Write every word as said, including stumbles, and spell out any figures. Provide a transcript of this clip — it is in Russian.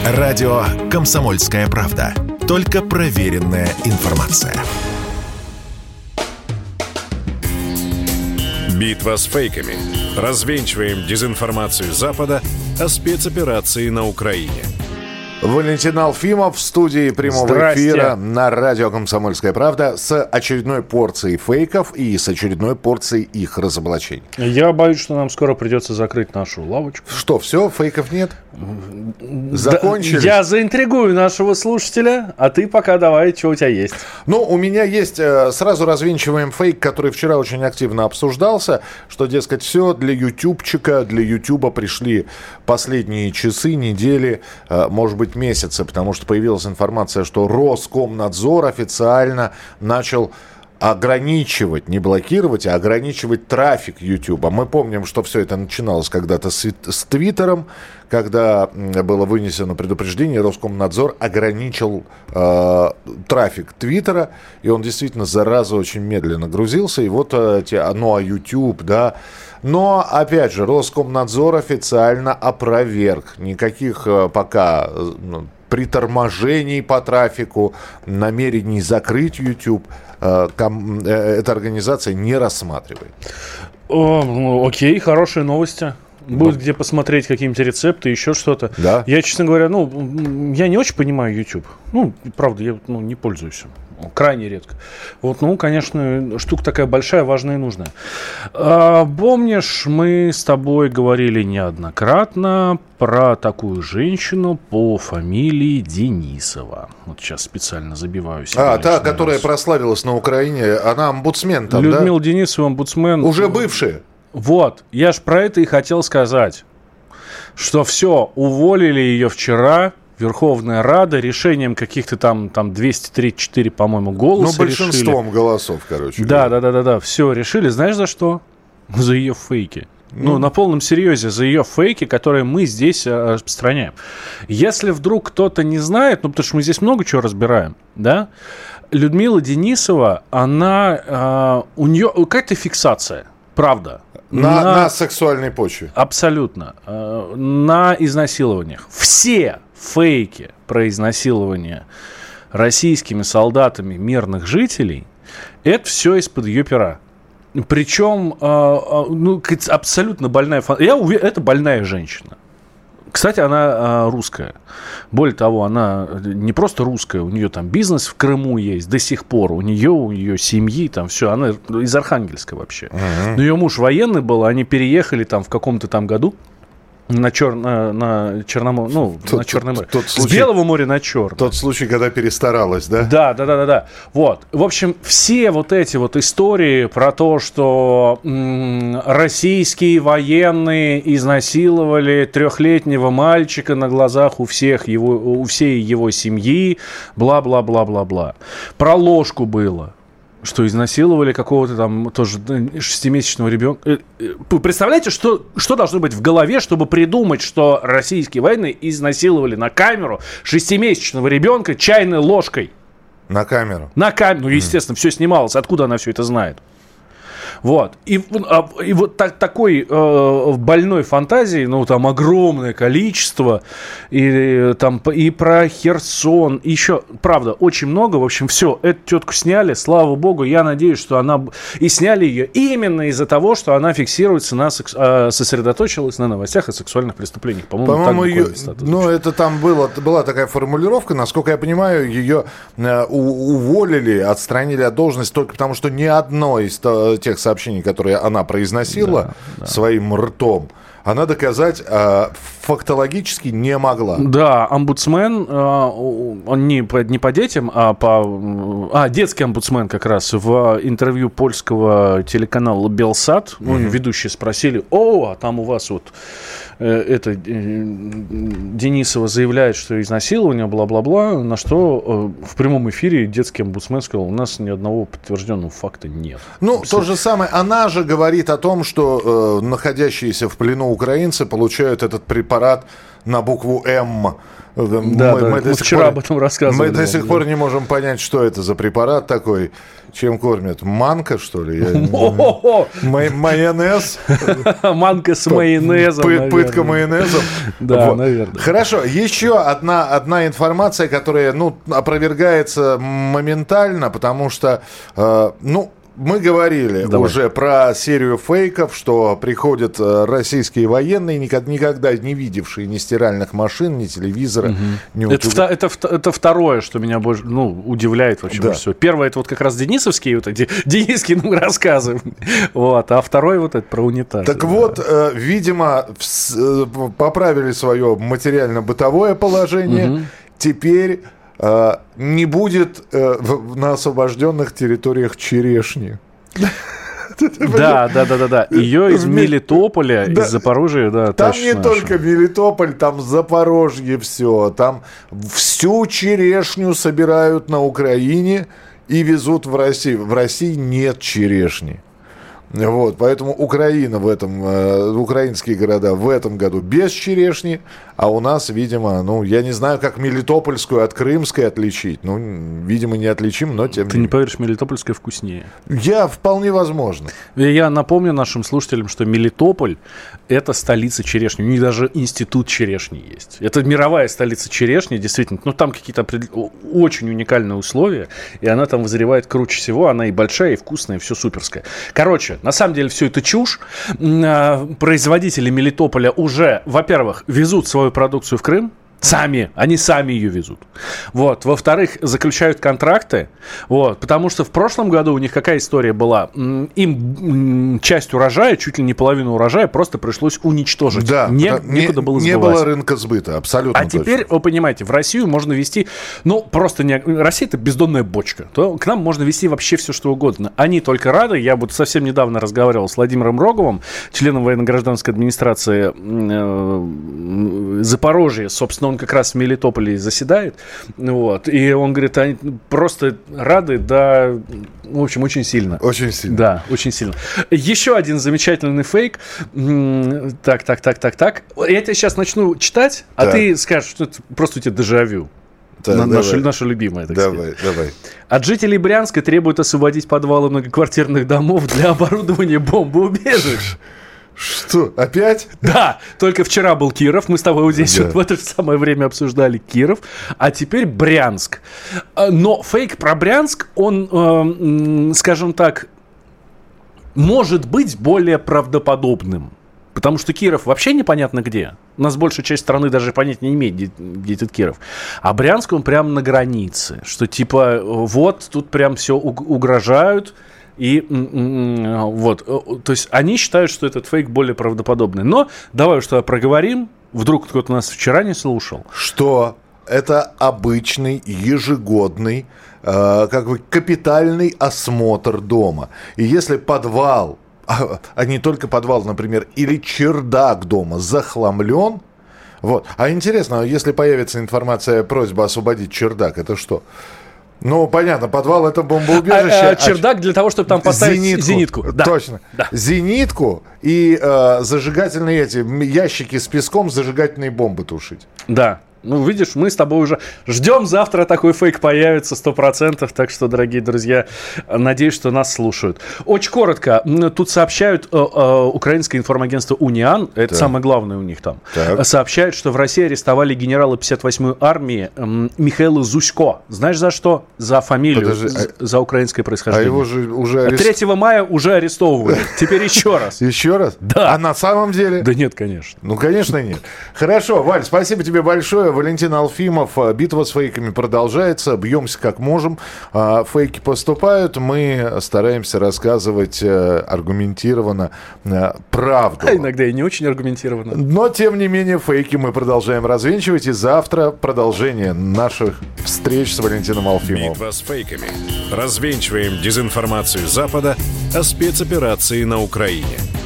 Радио «Комсомольская правда». Только проверенная информация. Битва с фейками. Развенчиваем дезинформацию Запада о спецоперации на Украине. Валентин Алфимов в студии прямого Здрасте. эфира на радио «Комсомольская правда» с очередной порцией фейков и с очередной порцией их разоблачений. Я боюсь, что нам скоро придется закрыть нашу лавочку. Что, все? Фейков нет? Закончились? Да, я заинтригую нашего слушателя, а ты пока давай, что у тебя есть. Ну, у меня есть, сразу развенчиваем фейк, который вчера очень активно обсуждался, что, дескать, все для ютубчика, для ютуба пришли последние часы, недели, может быть, месяцы, потому что появилась информация, что Роскомнадзор официально начал ограничивать, не блокировать, а ограничивать трафик Ютуба. Мы помним, что все это начиналось когда-то с, с Твиттером, когда было вынесено предупреждение, Роскомнадзор ограничил э, трафик Твиттера, и он действительно, зараза, очень медленно грузился. И вот, э, те, ну, а YouTube, да. Но, опять же, Роскомнадзор официально опроверг. Никаких э, пока э, приторможений по трафику, намерений закрыть YouTube э, ком, э, эта организация не рассматривает. О, окей, хорошие новости. Будет ну, где посмотреть какие-нибудь рецепты, еще что-то. Да. Я, честно говоря, ну, я не очень понимаю YouTube. Ну, правда, я ну, не пользуюсь им. Крайне редко. Вот, ну, конечно, штука такая большая, важная и нужная. А, помнишь, мы с тобой говорили неоднократно про такую женщину по фамилии Денисова. Вот сейчас специально забиваю себе. А, та, которая раз. прославилась на Украине, она омбудсмен там, Людмила да? Людмила Денисова, омбудсмен. Уже бывшая. Вот, я ж про это и хотел сказать, что все, уволили ее вчера, Верховная Рада, решением каких-то там, там двести тридцать четыре, по-моему, голоса. Ну, большинством решили. голосов, короче. Да, да, да, да, да, все решили. Знаешь, за что? За ее фейки. Ну, ну, на полном серьезе, за ее фейки, которые мы здесь э, распространяем. Если вдруг кто-то не знает, ну, потому что мы здесь много чего разбираем, да, Людмила Денисова, она, э, у нее какая-то фиксация, правда. На, на... на сексуальной почве. Абсолютно. Э, на изнасилованиях. Все фейки про изнасилование российскими солдатами мирных жителей, это все из-под ее пера. Причем э, ну, абсолютно больная фантазия. Я уверен, это больная женщина. Кстати, она э, русская. Более того, она не просто русская, у нее там бизнес в Крыму есть до сих пор. У нее, у ее семьи, там все. Она из Архангельска вообще. Uh-huh. Но ее муж военный был, они переехали там в каком-то там году на, чер... на, на Черномор... ну, тот, на Черное море. Тот случай, с Белого моря на Черное. Тот случай, когда перестаралась, да? Да, да, да, да, да. Вот. В общем, все вот эти вот истории про то, что м- российские военные изнасиловали трехлетнего мальчика на глазах у всех его, у всей его семьи, бла-бла-бла-бла-бла. Про ложку было. Что изнасиловали какого-то там тоже шестимесячного ребенка. Представляете, что, что должно быть в голове, чтобы придумать, что российские военные изнасиловали на камеру шестимесячного ребенка чайной ложкой? На камеру? На камеру. Ну, естественно, mm. все снималось. Откуда она все это знает? Вот. И, и вот так, такой э, больной фантазии, ну, там огромное количество, и, там, и про Херсон, еще, правда, очень много. В общем, все, эту тетку сняли, слава богу, я надеюсь, что она... И сняли ее именно из-за того, что она фиксируется на... Секс... Э, сосредоточилась на новостях о сексуальных преступлениях. По-моему, По-моему так ее... Ну, это там было, была такая формулировка, насколько я понимаю, ее э, у, уволили, отстранили от должности только потому, что ни одно из тех сообщений, которые она произносила да, да. своим ртом, она доказать э, фактологически не могла. Да, омбудсмен, э, он не по, не по детям, а по... А, детский омбудсмен как раз в интервью польского телеканала Белсат, mm-hmm. ну, ведущие спросили, о, а там у вас вот э, это, э, Денисова заявляет, что изнасилование, бла-бла-бла, на что э, в прямом эфире детский омбудсмен сказал, у нас ни одного подтвержденного факта нет. Ну, то же самое, она же говорит о том, что э, находящиеся в плену украинцы получают этот препарат на букву «М», Да, мы, да. Мы, мы вчера пор, об этом рассказывали. Мы до сих да. пор не можем понять, что это за препарат такой, чем кормят. Манка, что ли? Майонез? Манка с майонезом. Пытка майонезом. Да, наверное. Хорошо. Еще одна информация, которая опровергается моментально, потому что, ну, мы говорили Давай. уже про серию фейков, что приходят российские военные, никогда не видевшие ни стиральных машин, ни телевизора, угу. ни это, это, это второе, что меня больше ну, удивляет вообще да. больше всего. Первое, это вот как раз денисовские, вот эти дениские ну, рассказы, вот, а второе вот это про унитаз. Так да. вот, э, видимо, в, поправили свое материально-бытовое положение, угу. теперь... Uh, не будет uh, на освобожденных территориях черешни. Да, да, да, да, да. Ее из Мелитополя, из Запорожья, да. Там не только Мелитополь, там Запорожье все. Там всю черешню собирают на Украине и везут в Россию. В России нет черешни. Вот, поэтому Украина в этом, э, украинские города в этом году без черешни, а у нас, видимо, ну, я не знаю, как Мелитопольскую от Крымской отличить. Ну, видимо, не отличим, но тем не менее. Ты не поверишь, Мелитопольская вкуснее. Я вполне возможно. Я напомню нашим слушателям, что Мелитополь – это столица черешни. У них даже институт черешни есть. Это мировая столица черешни, действительно. Ну, там какие-то очень уникальные условия, и она там вызревает круче всего. Она и большая, и вкусная, и все суперское. Короче, на самом деле все это чушь. Производители Мелитополя уже, во-первых, везут свою продукцию в Крым. Сами, они сами ее везут. Вот. Во-вторых, заключают контракты. Вот. Потому что в прошлом году у них какая история была? Им часть урожая, чуть ли не половину урожая, просто пришлось уничтожить. Да, не, некуда было сбывать. Не было рынка сбыта, абсолютно. А точно. Теперь, вы понимаете, в Россию можно везти, ну, просто не... Россия — это бездонная бочка. То к нам можно везти вообще все, что угодно. Они только рады. Я вот совсем недавно разговаривал с Владимиром Роговым, членом военно-гражданской администрации э, Запорожья, собственно, он как раз в Мелитополе заседает, вот, и он говорит, они просто рады, да, в общем, очень сильно. Очень сильно. Да, очень сильно. Еще один замечательный фейк. Так, так, так, так, так. Я тебя сейчас начну читать, а да. ты скажешь, что это просто у тебя дежавю. Да, На, наша, наша любимая, так давай, сказать. Давай. От жителей Брянска требуют освободить подвалы многоквартирных домов для оборудования бомбоубежищ. Что, опять? Да, только вчера был Киров, мы с тобой вот здесь да. вот в это же самое время обсуждали Киров, а теперь Брянск. Но фейк про Брянск, он, э, скажем так, может быть более правдоподобным. Потому что Киров вообще непонятно где. У нас большая часть страны даже понять не имеет, где, где этот Киров. А Брянск, он прям на границе. Что типа вот тут прям все угрожают. И вот, то есть они считают, что этот фейк более правдоподобный. Но давай уж тогда проговорим. Вдруг кто-то нас вчера не слушал. Что это обычный, ежегодный, э, как бы капитальный осмотр дома. И если подвал, а, а не только подвал, например, или чердак дома захламлен, вот. А интересно, если появится информация, просьба освободить чердак, это что? Ну, понятно, подвал — это бомбоубежище. А, а, чердак для того, чтобы там поставить зенитку. зенитку. Да. Точно. Да. Зенитку и э, зажигательные эти ящики с песком, зажигательные бомбы тушить. Да. Ну, видишь, мы с тобой уже ждем, завтра такой фейк появится сто процентов. Так что, дорогие друзья, надеюсь, что нас слушают. Очень коротко. Тут сообщают э, э, украинское информагентство «Униан», это так. самое главное у них там, так. сообщают, что в России арестовали генерала пятьдесят восьмой армии э, Михаила Зусько. Знаешь, за что? За фамилию, Подожди, за, а... за украинское происхождение. А его же уже арест... третьего мая уже арестовывали. Теперь еще раз. Еще раз? Да. А на самом деле? Да нет, конечно. Ну, конечно, нет. Хорошо, Валь, спасибо тебе большое. Валентин Алфимов. Битва с фейками продолжается. Бьемся как можем. Фейки поступают. Мы стараемся рассказывать аргументированно правду. А иногда и не очень аргументированно. Но, тем не менее, фейки мы продолжаем развенчивать. И завтра продолжение наших встреч с Валентином Алфимовым. Битва с фейками. Развенчиваем дезинформацию Запада о спецоперации на Украине.